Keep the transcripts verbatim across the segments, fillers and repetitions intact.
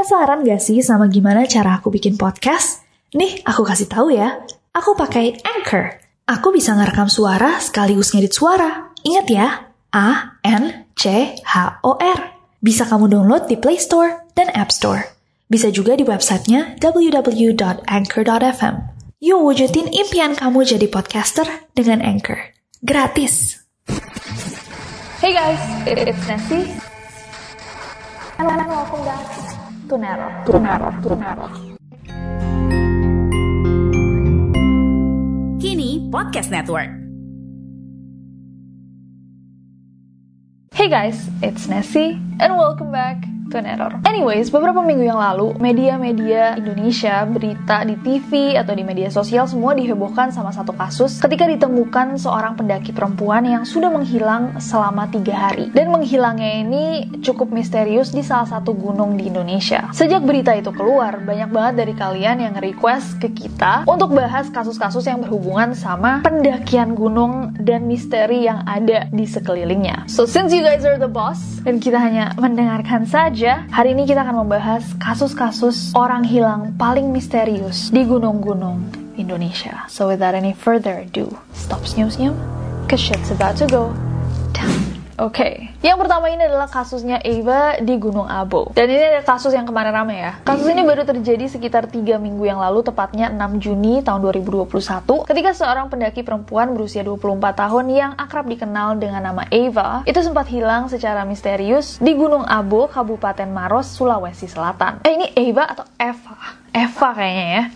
Penasaran gak sih sama gimana cara aku bikin podcast? Nih, aku kasih tahu ya. Aku pakai Anchor. Aku bisa ngerekam suara sekaligus ngedit suara. Ingat ya, A N C H O R. Bisa kamu download di Play Store dan App Store. Bisa juga di websitenya w w w dot anchor dot f m. Yuk wujudin impian kamu jadi podcaster dengan Anchor. Gratis. Hey guys, it's Nancy. And welcome back to Nero. To Nero. To Nero. Kini Podcast Network. Hey guys, it's Nessie and welcome back to Neror. Anyways, beberapa minggu yang lalu, media-media Indonesia, berita di T V atau di media sosial semua dihebohkan sama satu kasus ketika ditemukan seorang pendaki perempuan yang sudah menghilang selama tiga hari. Dan menghilangnya ini cukup misterius di salah satu gunung di Indonesia. Sejak berita itu keluar, banyak banget dari kalian yang request ke kita untuk bahas kasus-kasus yang berhubungan sama pendakian gunung dan misteri yang ada di sekelilingnya. So since you guys are the boss dan kita hanya mendengarkan saja, hari ini kita akan membahas kasus-kasus orang hilang paling misterius di gunung-gunung Indonesia. So without any further ado, stop senyum-senyum, cause shit's about to go down. Oke, okay. Yang pertama ini adalah kasusnya Eva di Gunung Abo. Dan ini ada kasus yang kemarin ramai ya. Kasus ini baru terjadi sekitar tiga minggu yang lalu, tepatnya enam Juni tahun dua ribu dua puluh satu, ketika seorang pendaki perempuan berusia dua puluh empat tahun yang akrab dikenal dengan nama Eva, itu sempat hilang secara misterius di Gunung Abo, Kabupaten Maros, Sulawesi Selatan. Eh, ini Eva atau Eva? Eva kayaknya ya.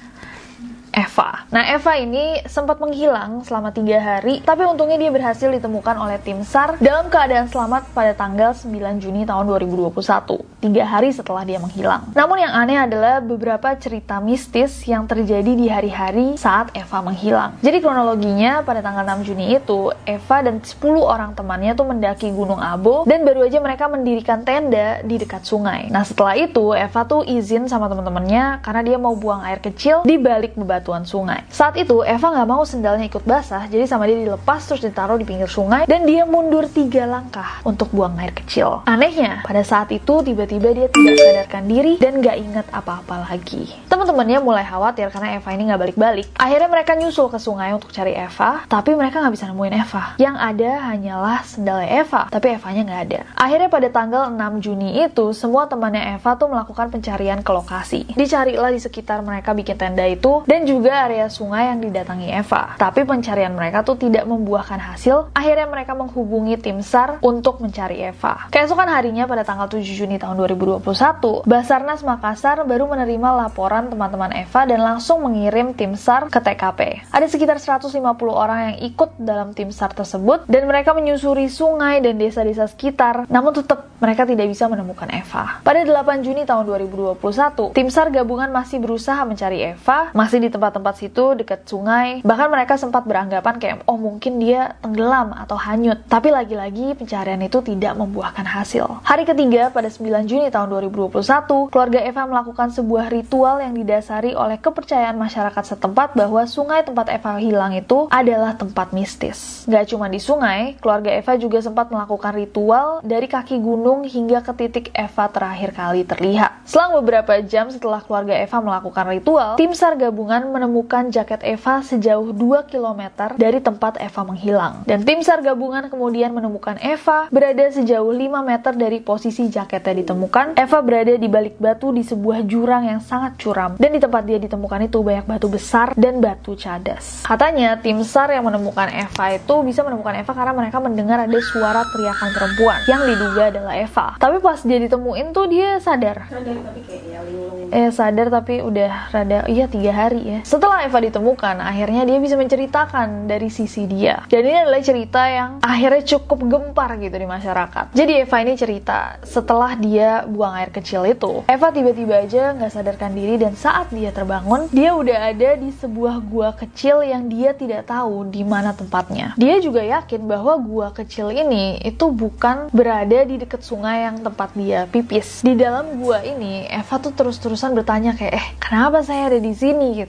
Eva. Nah, Eva ini sempat menghilang selama tiga hari, tapi untungnya dia berhasil ditemukan oleh tim SAR dalam keadaan selamat pada tanggal sembilan Juni tahun dua ribu dua puluh satu, tiga hari setelah dia menghilang. Namun yang aneh adalah beberapa cerita mistis yang terjadi di hari-hari saat Eva menghilang. Jadi kronologinya, pada tanggal enam Juni itu, Eva dan sepuluh orang temannya tuh mendaki Gunung Abo, dan baru aja mereka mendirikan tenda di dekat sungai. Nah, setelah itu, Eva tuh izin sama teman-temannya karena dia mau buang air kecil di balik bebatuan batuan sungai. Saat itu Eva nggak mau sendalnya ikut basah, jadi sama dia dilepas terus ditaruh di pinggir sungai dan dia mundur tiga langkah untuk buang air kecil. Anehnya, pada saat itu tiba-tiba dia tidak sadarkan diri dan nggak ingat apa-apa lagi. Teman-temannya mulai khawatir karena Eva ini nggak balik-balik. Akhirnya mereka nyusul ke sungai untuk cari Eva, tapi mereka nggak bisa nemuin Eva. Yang ada hanyalah sendalnya Eva, tapi Evanya nggak ada. Akhirnya pada tanggal enam Juni itu, semua temannya Eva tuh melakukan pencarian ke lokasi. Dicarilah di sekitar mereka bikin tenda itu dan juga area sungai yang didatangi Eva. Tapi pencarian mereka tuh tidak membuahkan hasil. Akhirnya mereka menghubungi tim SAR untuk mencari Eva. Keesokan harinya pada tanggal tujuh Juni tahun dua ribu dua puluh satu, Basarnas Makassar baru menerima laporan teman-teman Eva dan langsung mengirim tim SAR ke T K P. Ada sekitar seratus lima puluh orang yang ikut dalam tim SAR tersebut dan mereka menyusuri sungai dan desa-desa sekitar. Namun tetap mereka tidak bisa menemukan Eva. Pada delapan Juni tahun dua ribu dua puluh satu, tim SAR gabungan masih berusaha mencari Eva, masih di tempat-tempat situ dekat sungai. Bahkan mereka sempat beranggapan kayak, oh mungkin dia tenggelam atau hanyut. Tapi lagi-lagi pencarian itu tidak membuahkan hasil. Hari ketiga pada sembilan Juni tahun dua ribu dua puluh satu, keluarga Eva melakukan sebuah ritual yang didasari oleh kepercayaan masyarakat setempat bahwa sungai tempat Eva hilang itu adalah tempat mistis. Gak cuma di sungai, keluarga Eva juga sempat melakukan ritual dari kaki gunung hingga ke titik Eva terakhir kali terlihat. Selang beberapa jam setelah keluarga Eva melakukan ritual, tim SAR gabungan menemukan jaket Eva sejauh dua kilometer dari tempat Eva menghilang. Dan tim SAR gabungan kemudian menemukan Eva berada sejauh lima meter dari posisi jaketnya ditemukan. Eva berada di balik batu di sebuah jurang yang sangat curam. Dan di tempat dia ditemukan itu banyak batu besar dan batu cadas. Katanya tim SAR yang menemukan Eva itu bisa menemukan Eva karena mereka mendengar ada suara teriakan perempuan yang diduga adalah Eva. Tapi pas dia ditemuin tuh dia sadar. Sadar tapi kayak ya linglung. Eh sadar tapi udah rada iya tiga hari ya. Setelah Eva ditemukan, akhirnya dia bisa menceritakan dari sisi dia. Dan ini adalah cerita yang akhirnya cukup gempar gitu di masyarakat. Jadi Eva ini cerita, setelah dia buang air kecil itu, Eva tiba-tiba aja nggak sadarkan diri dan saat dia terbangun, dia udah ada di sebuah gua kecil yang dia tidak tahu di mana tempatnya. Dia juga yakin bahwa gua kecil ini itu bukan berada di dekat sungai yang tempat dia pipis. Di dalam gua ini, Eva tuh terus-terusan bertanya kayak, eh kenapa saya ada di sini gitu?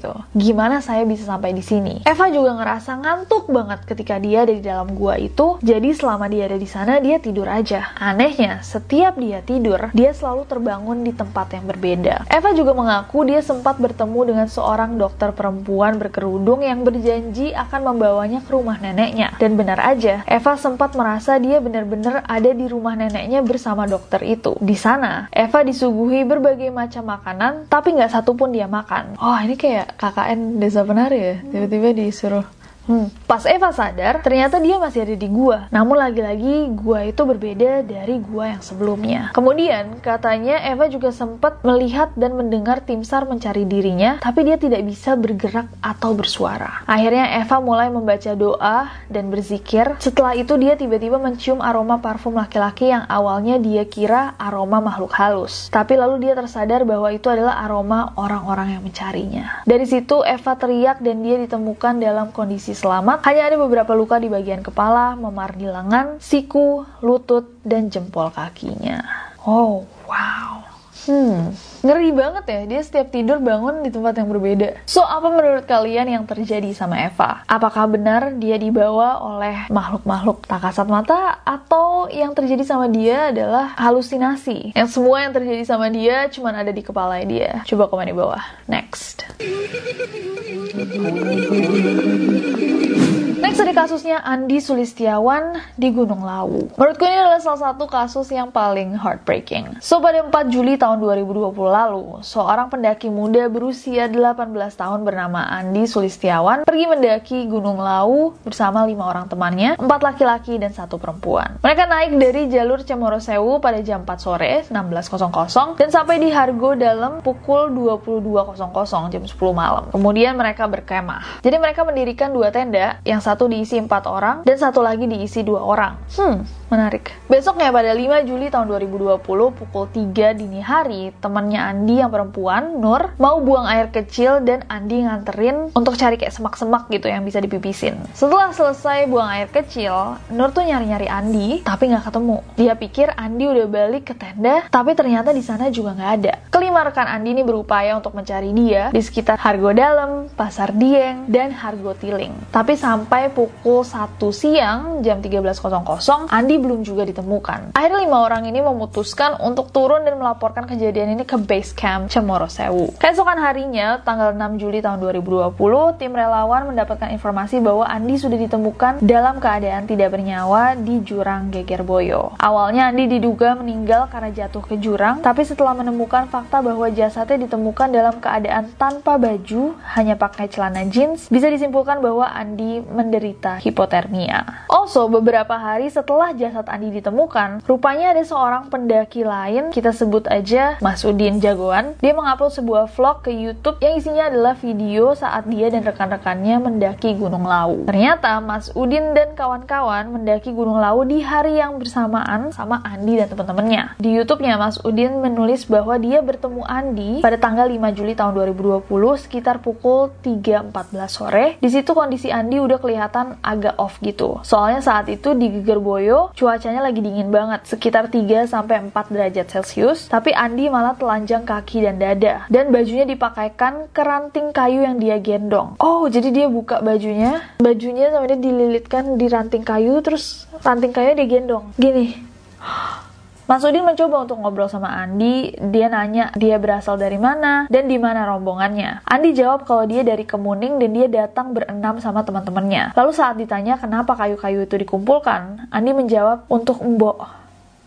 gimana saya bisa sampai di sini. Eva juga ngerasa ngantuk banget ketika dia ada di dalam gua itu, jadi selama dia ada di sana dia tidur aja. Anehnya, setiap dia tidur, dia selalu terbangun di tempat yang berbeda. Eva juga mengaku dia sempat bertemu dengan seorang dokter perempuan berkerudung yang berjanji akan membawanya ke rumah neneknya. Dan benar aja, Eva sempat merasa dia benar-benar ada di rumah neneknya bersama dokter itu. Di sana, Eva disuguhi berbagai macam makanan, tapi nggak satu pun dia makan. Oh, ini kayak K K N Desa Penari ya, tiba-tiba disuruh. Hmm. Pas Eva sadar, ternyata dia masih ada di gua. Namun lagi-lagi gua itu berbeda dari gua yang sebelumnya. Kemudian katanya Eva juga sempat melihat dan mendengar tim SAR mencari dirinya, tapi dia tidak bisa bergerak atau bersuara. Akhirnya Eva mulai membaca doa dan berzikir. Setelah itu dia tiba-tiba mencium aroma parfum laki-laki yang awalnya dia kira aroma makhluk halus. Tapi lalu dia tersadar bahwa itu adalah aroma orang-orang yang mencarinya. Dari situ Eva teriak dan dia ditemukan dalam kondisi selamat, hanya ada beberapa luka di bagian kepala, memar di lengan, siku, lutut, dan jempol kakinya. Oh, wow. Hmm, ngeri banget ya, dia setiap tidur bangun di tempat yang berbeda. So, apa menurut kalian yang terjadi sama Eva? Apakah benar dia dibawa oleh makhluk-makhluk tak kasat mata? Atau yang terjadi sama dia adalah halusinasi? Yang semua yang terjadi sama dia cuma ada di kepala dia? Coba komen di bawah. Next. Next ada kasusnya Andi Sulistiawan di Gunung Lawu. Menurutku ini adalah salah satu kasus yang paling heartbreaking. So, pada empat Juli tahun dua ribu dua puluh lalu, seorang pendaki muda berusia delapan belas tahun bernama Andi Sulistiawan pergi mendaki Gunung Lawu bersama lima orang temannya, empat laki-laki dan satu perempuan. Mereka naik dari jalur Cemorosewu pada jam empat sore, enam belas dan sampai di Hargo Dalem pukul dua puluh dua jam sepuluh malam. Kemudian mereka berkemah. Jadi mereka mendirikan dua tenda, yang satu diisi empat orang dan satu lagi diisi dua orang. Hmm, menarik. Besoknya pada lima Juli tahun dua ribu dua puluh pukul tiga dini hari, temannya Andi yang perempuan, Nur, mau buang air kecil dan Andi nganterin untuk cari kayak semak-semak gitu yang bisa dipipisin. Setelah selesai buang air kecil, Nur tuh nyari-nyari Andi tapi nggak ketemu. Dia pikir Andi udah balik ke tenda, tapi ternyata di sana juga nggak ada. Kelima rekan Andi ini berupaya untuk mencari dia di sekitar Hargo Dalem, Pasar Dieng, dan Hargo Tiling. Tapi sampai pukul satu siang jam tiga belas Andi belum juga ditemukan. Akhirnya lima orang ini memutuskan untuk turun dan melaporkan kejadian ini ke base camp Cemorosewu. Keesokan harinya, tanggal enam Juli tahun dua ribu dua puluh, tim relawan mendapatkan informasi bahwa Andi sudah ditemukan dalam keadaan tidak bernyawa di jurang Gegerboyo. Awalnya Andi diduga meninggal karena jatuh ke jurang, tapi setelah menemukan fakta bahwa jasadnya ditemukan dalam keadaan tanpa baju, hanya pakai celana jeans, bisa disimpulkan bahwa Andi menderita hipotermia. Also, beberapa hari setelah jasad Andi ditemukan, rupanya ada seorang pendaki lain, kita sebut aja Mas Udin Jagoan. Dia mengupload sebuah vlog ke YouTube yang isinya adalah video saat dia dan rekan-rekannya mendaki Gunung Lawu. Ternyata Mas Udin dan kawan-kawan mendaki Gunung Lawu di hari yang bersamaan sama Andi dan teman-temannya. Di YouTube-nya Mas Udin menulis bahwa dia bertemu Andi pada tanggal lima Juli tahun dua ribu dua puluh sekitar pukul tiga empat belas sore. Di situ kondisi Andi udah kelihatan agak off gitu. Soalnya saat itu di Gegerboyo cuacanya lagi dingin banget, sekitar tiga sampai empat derajat Celcius, tapi Andi malah telanjang kaki dan dada, dan bajunya dipakaikan ke ranting kayu yang dia gendong. Oh, jadi dia buka bajunya, bajunya sama dia dililitkan di ranting kayu, terus ranting kayu dia gendong. Gini. Mas Udin mencoba untuk ngobrol sama Andi. Dia nanya dia berasal dari mana dan di mana rombongannya. Andi jawab kalau dia dari Kemuning dan dia datang berenam sama teman-temannya. Lalu saat ditanya kenapa kayu-kayu itu dikumpulkan, Andi menjawab untuk mbok.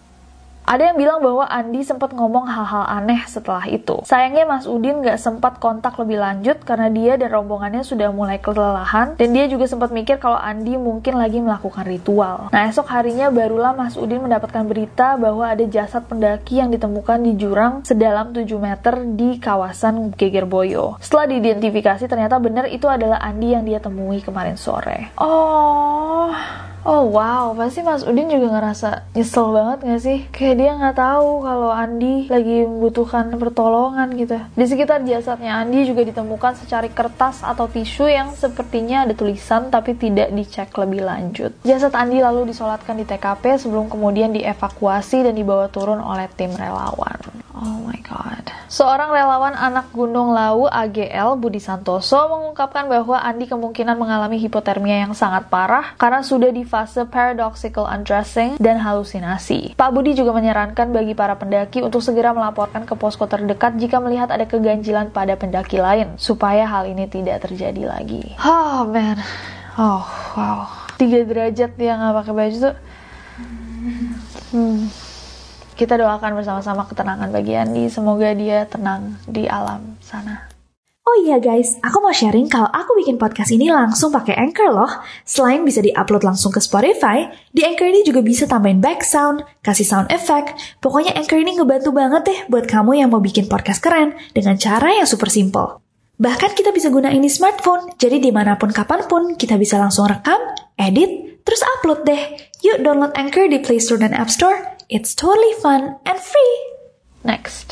Ada yang bilang bahwa Andi sempat ngomong hal-hal aneh setelah itu. Sayangnya Mas Udin gak sempat kontak lebih lanjut karena dia dan rombongannya sudah mulai kelelahan, dan dia juga sempat mikir kalau Andi mungkin lagi melakukan ritual. Nah, esok harinya barulah Mas Udin mendapatkan berita bahwa ada jasad pendaki yang ditemukan di jurang sedalam tujuh meter di kawasan Gegerboyo. Setelah diidentifikasi, ternyata benar itu adalah Andi yang dia temui kemarin sore. Oh... Oh wow, pasti Mas Udin juga ngerasa nyesel banget gak sih? Kayak dia gak tahu kalau Andi lagi membutuhkan pertolongan gitu. Di sekitar jasadnya Andi juga ditemukan secari kertas atau tisu yang sepertinya ada tulisan tapi tidak dicek lebih lanjut. Jasad Andi lalu disolatkan di T K P sebelum kemudian dievakuasi dan dibawa turun oleh tim relawan. Oh my god. Seorang relawan anak Gunung Lawu A G L, Budi Santoso, mengungkapkan bahwa Andi kemungkinan mengalami hipotermia yang sangat parah karena sudah di fase paradoxical undressing dan halusinasi. Pak Budi juga menyarankan bagi para pendaki untuk segera melaporkan ke posko terdekat jika melihat ada keganjilan pada pendaki lain, supaya hal ini tidak terjadi lagi. Oh man, oh wow, tiga derajat dia nggak pakai baju tuh. Hmm. Kita doakan bersama-sama ketenangan bagi Andi, semoga dia tenang di alam sana. Oh iya guys, aku mau sharing kalau aku bikin podcast ini langsung pakai Anchor loh. Selain bisa diupload langsung ke Spotify, di Anchor ini juga bisa tambahin back sound, kasih sound effect. Pokoknya Anchor ini ngebantu banget deh buat kamu yang mau bikin podcast keren dengan cara yang super simple. Bahkan kita bisa gunain di smartphone, jadi dimanapun kapanpun kita bisa langsung rekam, edit, terus upload deh. Yuk download Anchor di Play Store dan App Store. It's totally fun and free. Next.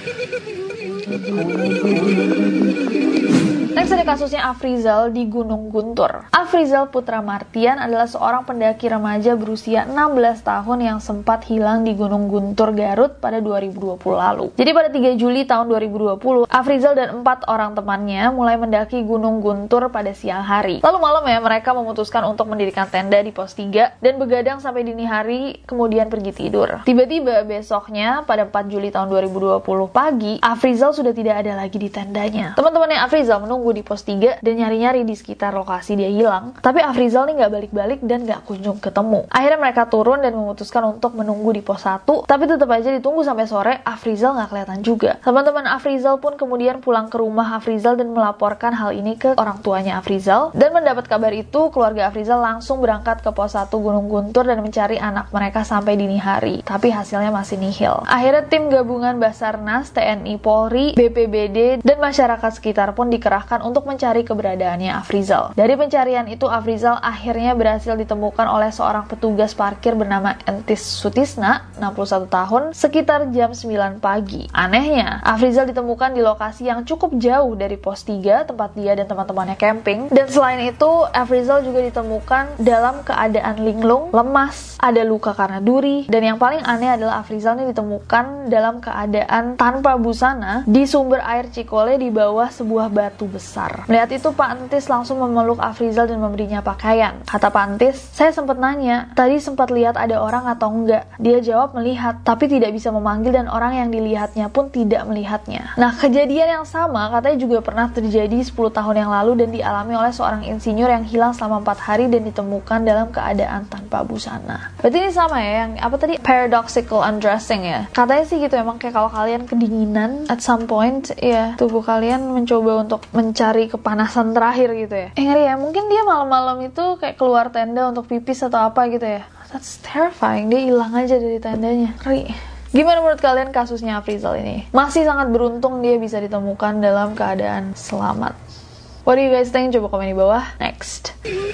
Next ada kasusnya Afrizal di Gunung Guntur. Afrizal Putra Martian adalah seorang pendaki remaja berusia enam belas tahun yang sempat hilang di Gunung Guntur, Garut pada dua ribu dua puluh lalu. Jadi pada tiga Juli tahun dua ribu dua puluh, Afrizal dan empat orang temannya mulai mendaki Gunung Guntur pada siang hari. Lalu malam ya mereka memutuskan untuk mendirikan tenda di pos tiga dan begadang sampai dini hari kemudian pergi tidur. Tiba-tiba besoknya pada empat Juli tahun dua ribu dua puluh pagi, Afrizal sudah tidak ada lagi di tendanya. Teman-temannya Afrizal menunggu di pos tiga dan nyari-nyari di sekitar lokasi dia hilang, tapi Afrizal nih nggak balik-balik dan nggak kunjung ketemu. Akhirnya mereka turun dan memutuskan untuk menunggu di pos satu, tapi tetap aja ditunggu sampai sore, Afrizal nggak kelihatan juga. Teman-teman Afrizal pun kemudian pulang ke rumah Afrizal dan melaporkan hal ini ke orang tuanya Afrizal, dan mendapat kabar itu, keluarga Afrizal langsung berangkat ke pos satu Gunung Guntur dan mencari anak mereka sampai dini hari, tapi hasilnya masih nihil. Akhirnya tim gabungan Basarnas, T N I Polri, B P B D, dan masyarakat sekitar pun dikerahkan untuk mencari keberadaannya Afrizal. Dari pencarian itu, Afrizal akhirnya berhasil ditemukan oleh seorang petugas parkir bernama Entis Sutisna, enam puluh satu tahun, sekitar jam sembilan pagi. Anehnya, Afrizal ditemukan di lokasi yang cukup jauh dari pos tiga, tempat dia dan teman-temannya camping. Dan selain itu, Afrizal juga ditemukan dalam keadaan linglung, lemas, ada luka karena duri, dan yang paling aneh adalah Afrizal ini ditemukan dalam keadaan tanpa busana di sumber air Cikole di bawah sebuah batu besar. Melihat itu, Pak Entis langsung memeluk Afrizal dan memberinya pakaian. Kata Pak Entis, saya sempat nanya, tadi sempat lihat ada orang atau enggak? Dia jawab melihat, tapi tidak bisa memanggil dan orang yang dilihatnya pun tidak melihatnya. Nah, kejadian yang sama katanya juga pernah terjadi sepuluh tahun yang lalu dan dialami oleh seorang insinyur yang hilang selama empat hari dan ditemukan dalam keadaan tanpa busana. Berarti ini sama ya, yang apa tadi? Paradoxical undressing ya. Katanya sih gitu, emang kayak kalau kalian kedinginan at some point, ya tubuh kalian mencoba untuk mencari kepanasan terakhir gitu ya. Eh ngeri ya, mungkin dia malam-malam itu kayak keluar tenda untuk pipis atau apa gitu ya. That's terrifying, dia hilang aja dari tendanya. Ngeri. Gimana menurut kalian kasusnya Afrizal ini? Masih sangat beruntung dia bisa ditemukan dalam keadaan selamat. What do you guys think? Coba komen di bawah. Next.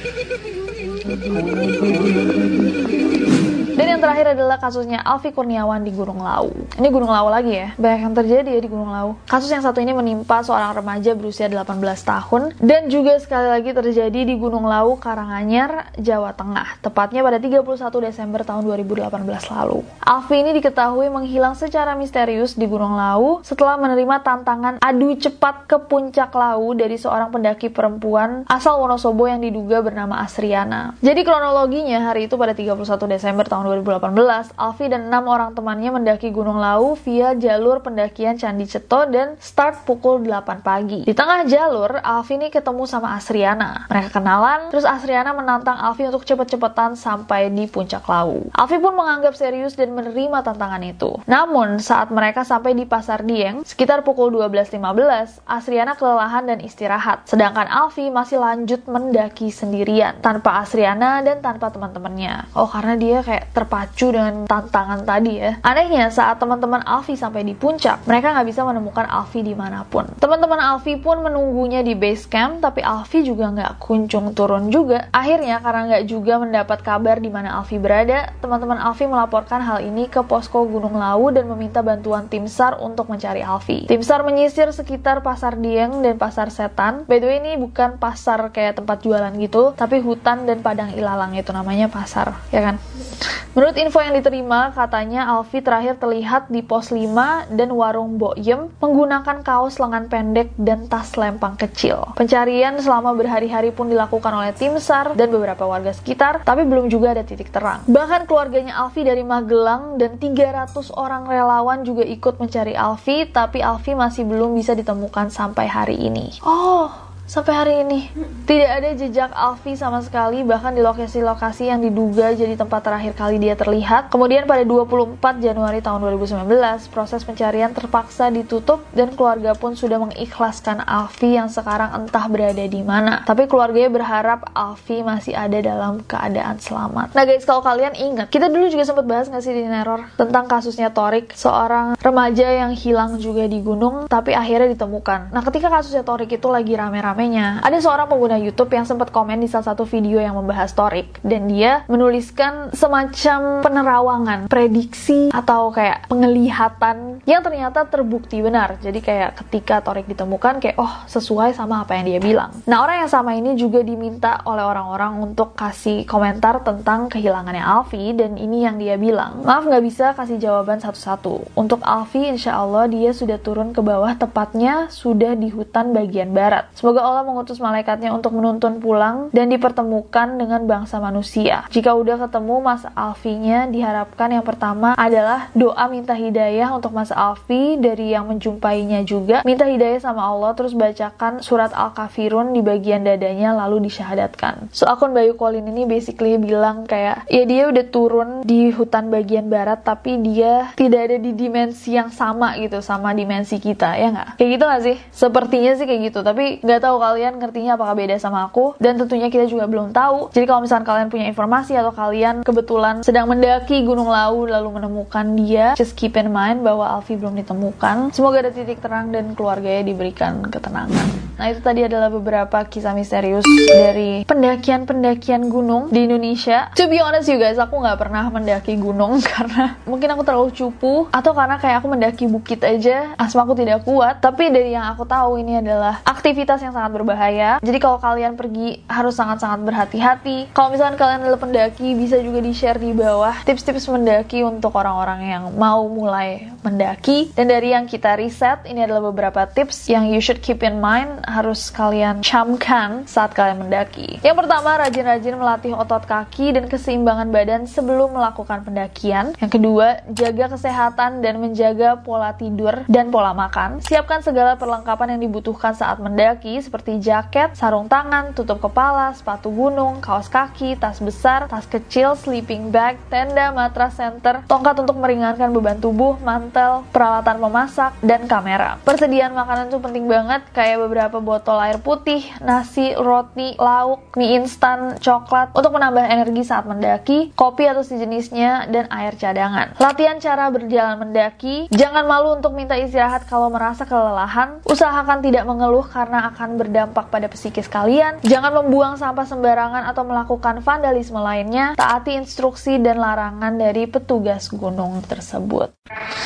Dan yang terakhir adalah kasusnya Alfi Kurniawan di Gunung Lawu. Ini Gunung Lawu lagi ya. Banyak yang terjadi ya di Gunung Lawu. Kasus yang satu ini menimpa seorang remaja berusia delapan belas tahun dan juga sekali lagi terjadi di Gunung Lawu, Karanganyar, Jawa Tengah. Tepatnya pada tiga puluh satu Desember tahun dua ribu delapan belas lalu. Alfi ini diketahui menghilang secara misterius di Gunung Lawu setelah menerima tantangan adu cepat ke puncak Lawu dari seorang pendaki perempuan asal Wonosobo yang diduga bernama Asriana. Jadi kronologinya, hari itu pada tiga puluh satu Desember tahun dua ribu delapan belas, Alfi dan enam orang temannya mendaki Gunung Lawu via jalur pendakian Candi Ceto dan start pukul delapan pagi. Di tengah jalur, Alfi ini ketemu sama Asriana. Mereka kenalan, terus Asriana menantang Alfi untuk cepet-cepetan sampai di puncak Lawu. Alfi pun menganggap serius dan menerima tantangan itu. Namun, saat mereka sampai di Pasar Dieng, sekitar pukul dua belas lima belas, Asriana kelelahan dan istirahat. Sedangkan Alfi masih lanjut mendaki sendirian, tanpa Asriana dan tanpa teman-temannya. Oh, karena dia kayak kayak terpacu dengan tantangan tadi ya. Anehnya saat teman-teman Alfie sampai di puncak, mereka nggak bisa menemukan Alfie dimanapun. Teman-teman Alfie pun menunggunya di base camp, tapi Alfie juga nggak kunjung turun juga. Akhirnya karena nggak juga mendapat kabar di mana Alfie berada, teman-teman Alfie melaporkan hal ini ke posko Gunung Lawu dan meminta bantuan tim SAR untuk mencari Alfie. Tim SAR menyisir sekitar Pasar Dieng dan Pasar Setan. By the way, ini bukan pasar kayak tempat jualan gitu, tapi hutan dan padang ilalang, itu namanya pasar, ya kan? Menurut info yang diterima, katanya Alfie terakhir terlihat di pos lima dan warung Boyem menggunakan kaos lengan pendek dan tas lempang kecil. Pencarian selama berhari-hari pun dilakukan oleh tim SAR dan beberapa warga sekitar, tapi belum juga ada titik terang. Bahkan keluarganya Alfie dari Magelang dan tiga ratus orang relawan juga ikut mencari Alfie, tapi Alfie masih belum bisa ditemukan sampai hari ini. Oh, sampai hari ini tidak ada jejak Alfie sama sekali, bahkan di lokasi-lokasi yang diduga jadi tempat terakhir kali dia terlihat. Kemudian pada dua puluh empat Januari tahun dua ribu sembilan belas, proses pencarian terpaksa ditutup dan keluarga pun sudah mengikhlaskan Alfie yang sekarang entah berada di mana. Tapi keluarganya berharap Alfie masih ada dalam keadaan selamat. Nah guys, kalau kalian ingat, kita dulu juga sempat bahas nggak sih di Neror tentang kasusnya Torik, seorang remaja yang hilang juga di gunung tapi akhirnya ditemukan. Nah ketika kasusnya Torik itu lagi rame-rame, ada seorang pengguna YouTube yang sempat komen di salah satu video yang membahas Torik, dan dia menuliskan semacam penerawangan, prediksi atau kayak penglihatan yang ternyata terbukti benar. Jadi kayak ketika Torik ditemukan kayak oh sesuai sama apa yang dia bilang. Nah orang yang sama ini juga diminta oleh orang-orang untuk kasih komentar tentang kehilangannya Alfie, dan ini yang dia bilang. Maaf nggak bisa kasih jawaban satu-satu. Untuk Alfie insya Allah dia sudah turun ke bawah, tepatnya sudah di hutan bagian barat. Semoga Allah mengutus malaikatnya untuk menuntun pulang dan dipertemukan dengan bangsa manusia. Jika udah ketemu Mas Alfie-nya, diharapkan yang pertama adalah doa minta hidayah untuk Mas Alfie dari yang menjumpainya juga. Minta hidayah sama Allah, terus bacakan surat Al-Kafirun di bagian dadanya lalu disyahadatkan. So akun Bayu Kolin ini basically bilang kayak ya dia udah turun di hutan bagian barat tapi dia tidak ada di dimensi yang sama gitu sama dimensi kita, ya nggak? Kayak gitu nggak sih? Sepertinya sih kayak gitu, tapi nggak tahu kalian ngertinya apakah beda sama aku, dan tentunya kita juga belum tahu. Jadi kalau misalkan kalian punya informasi atau kalian kebetulan sedang mendaki Gunung Lawu lalu menemukan dia, just keep in mind bahwa Alfie belum ditemukan. Semoga ada titik terang dan keluarganya diberikan ketenangan. Nah itu tadi adalah beberapa kisah misterius dari pendakian-pendakian gunung di Indonesia. To be honest you guys, aku nggak pernah mendaki gunung karena mungkin aku terlalu cupu, atau karena kayak aku mendaki bukit aja asma aku tidak kuat. Tapi dari yang aku tahu ini adalah aktivitas yang sangat berbahaya. Jadi kalau kalian pergi harus sangat-sangat berhati-hati. Kalau misalkan kalian adalah pendaki, bisa juga di-share di bawah tips-tips mendaki untuk orang-orang yang mau mulai mendaki. Dan dari yang kita riset, ini adalah beberapa tips yang you should keep in mind, harus kalian camkan saat kalian mendaki. Yang pertama, rajin-rajin melatih otot kaki dan keseimbangan badan sebelum melakukan pendakian. Yang kedua, jaga kesehatan dan menjaga pola tidur dan pola makan. Siapkan segala perlengkapan yang dibutuhkan saat mendaki seperti jaket, sarung tangan, tutup kepala, sepatu gunung, kaos kaki, tas besar, tas kecil, sleeping bag, tenda, matras center, tongkat untuk meringankan beban tubuh, mantel, peralatan memasak, dan kamera. Persediaan makanan tuh penting banget, kayak beberapa botol air putih, nasi, roti, lauk, mie instan, coklat untuk menambah energi saat mendaki, kopi atau sejenisnya, dan air cadangan. Latihan cara berjalan mendaki, jangan malu untuk minta istirahat kalau merasa kelelahan, usahakan tidak mengeluh karena akan berdampak pada psikis kalian, jangan membuang sampah sembarangan atau melakukan vandalisme lainnya, taati instruksi dan larangan dari petugas gunung tersebut.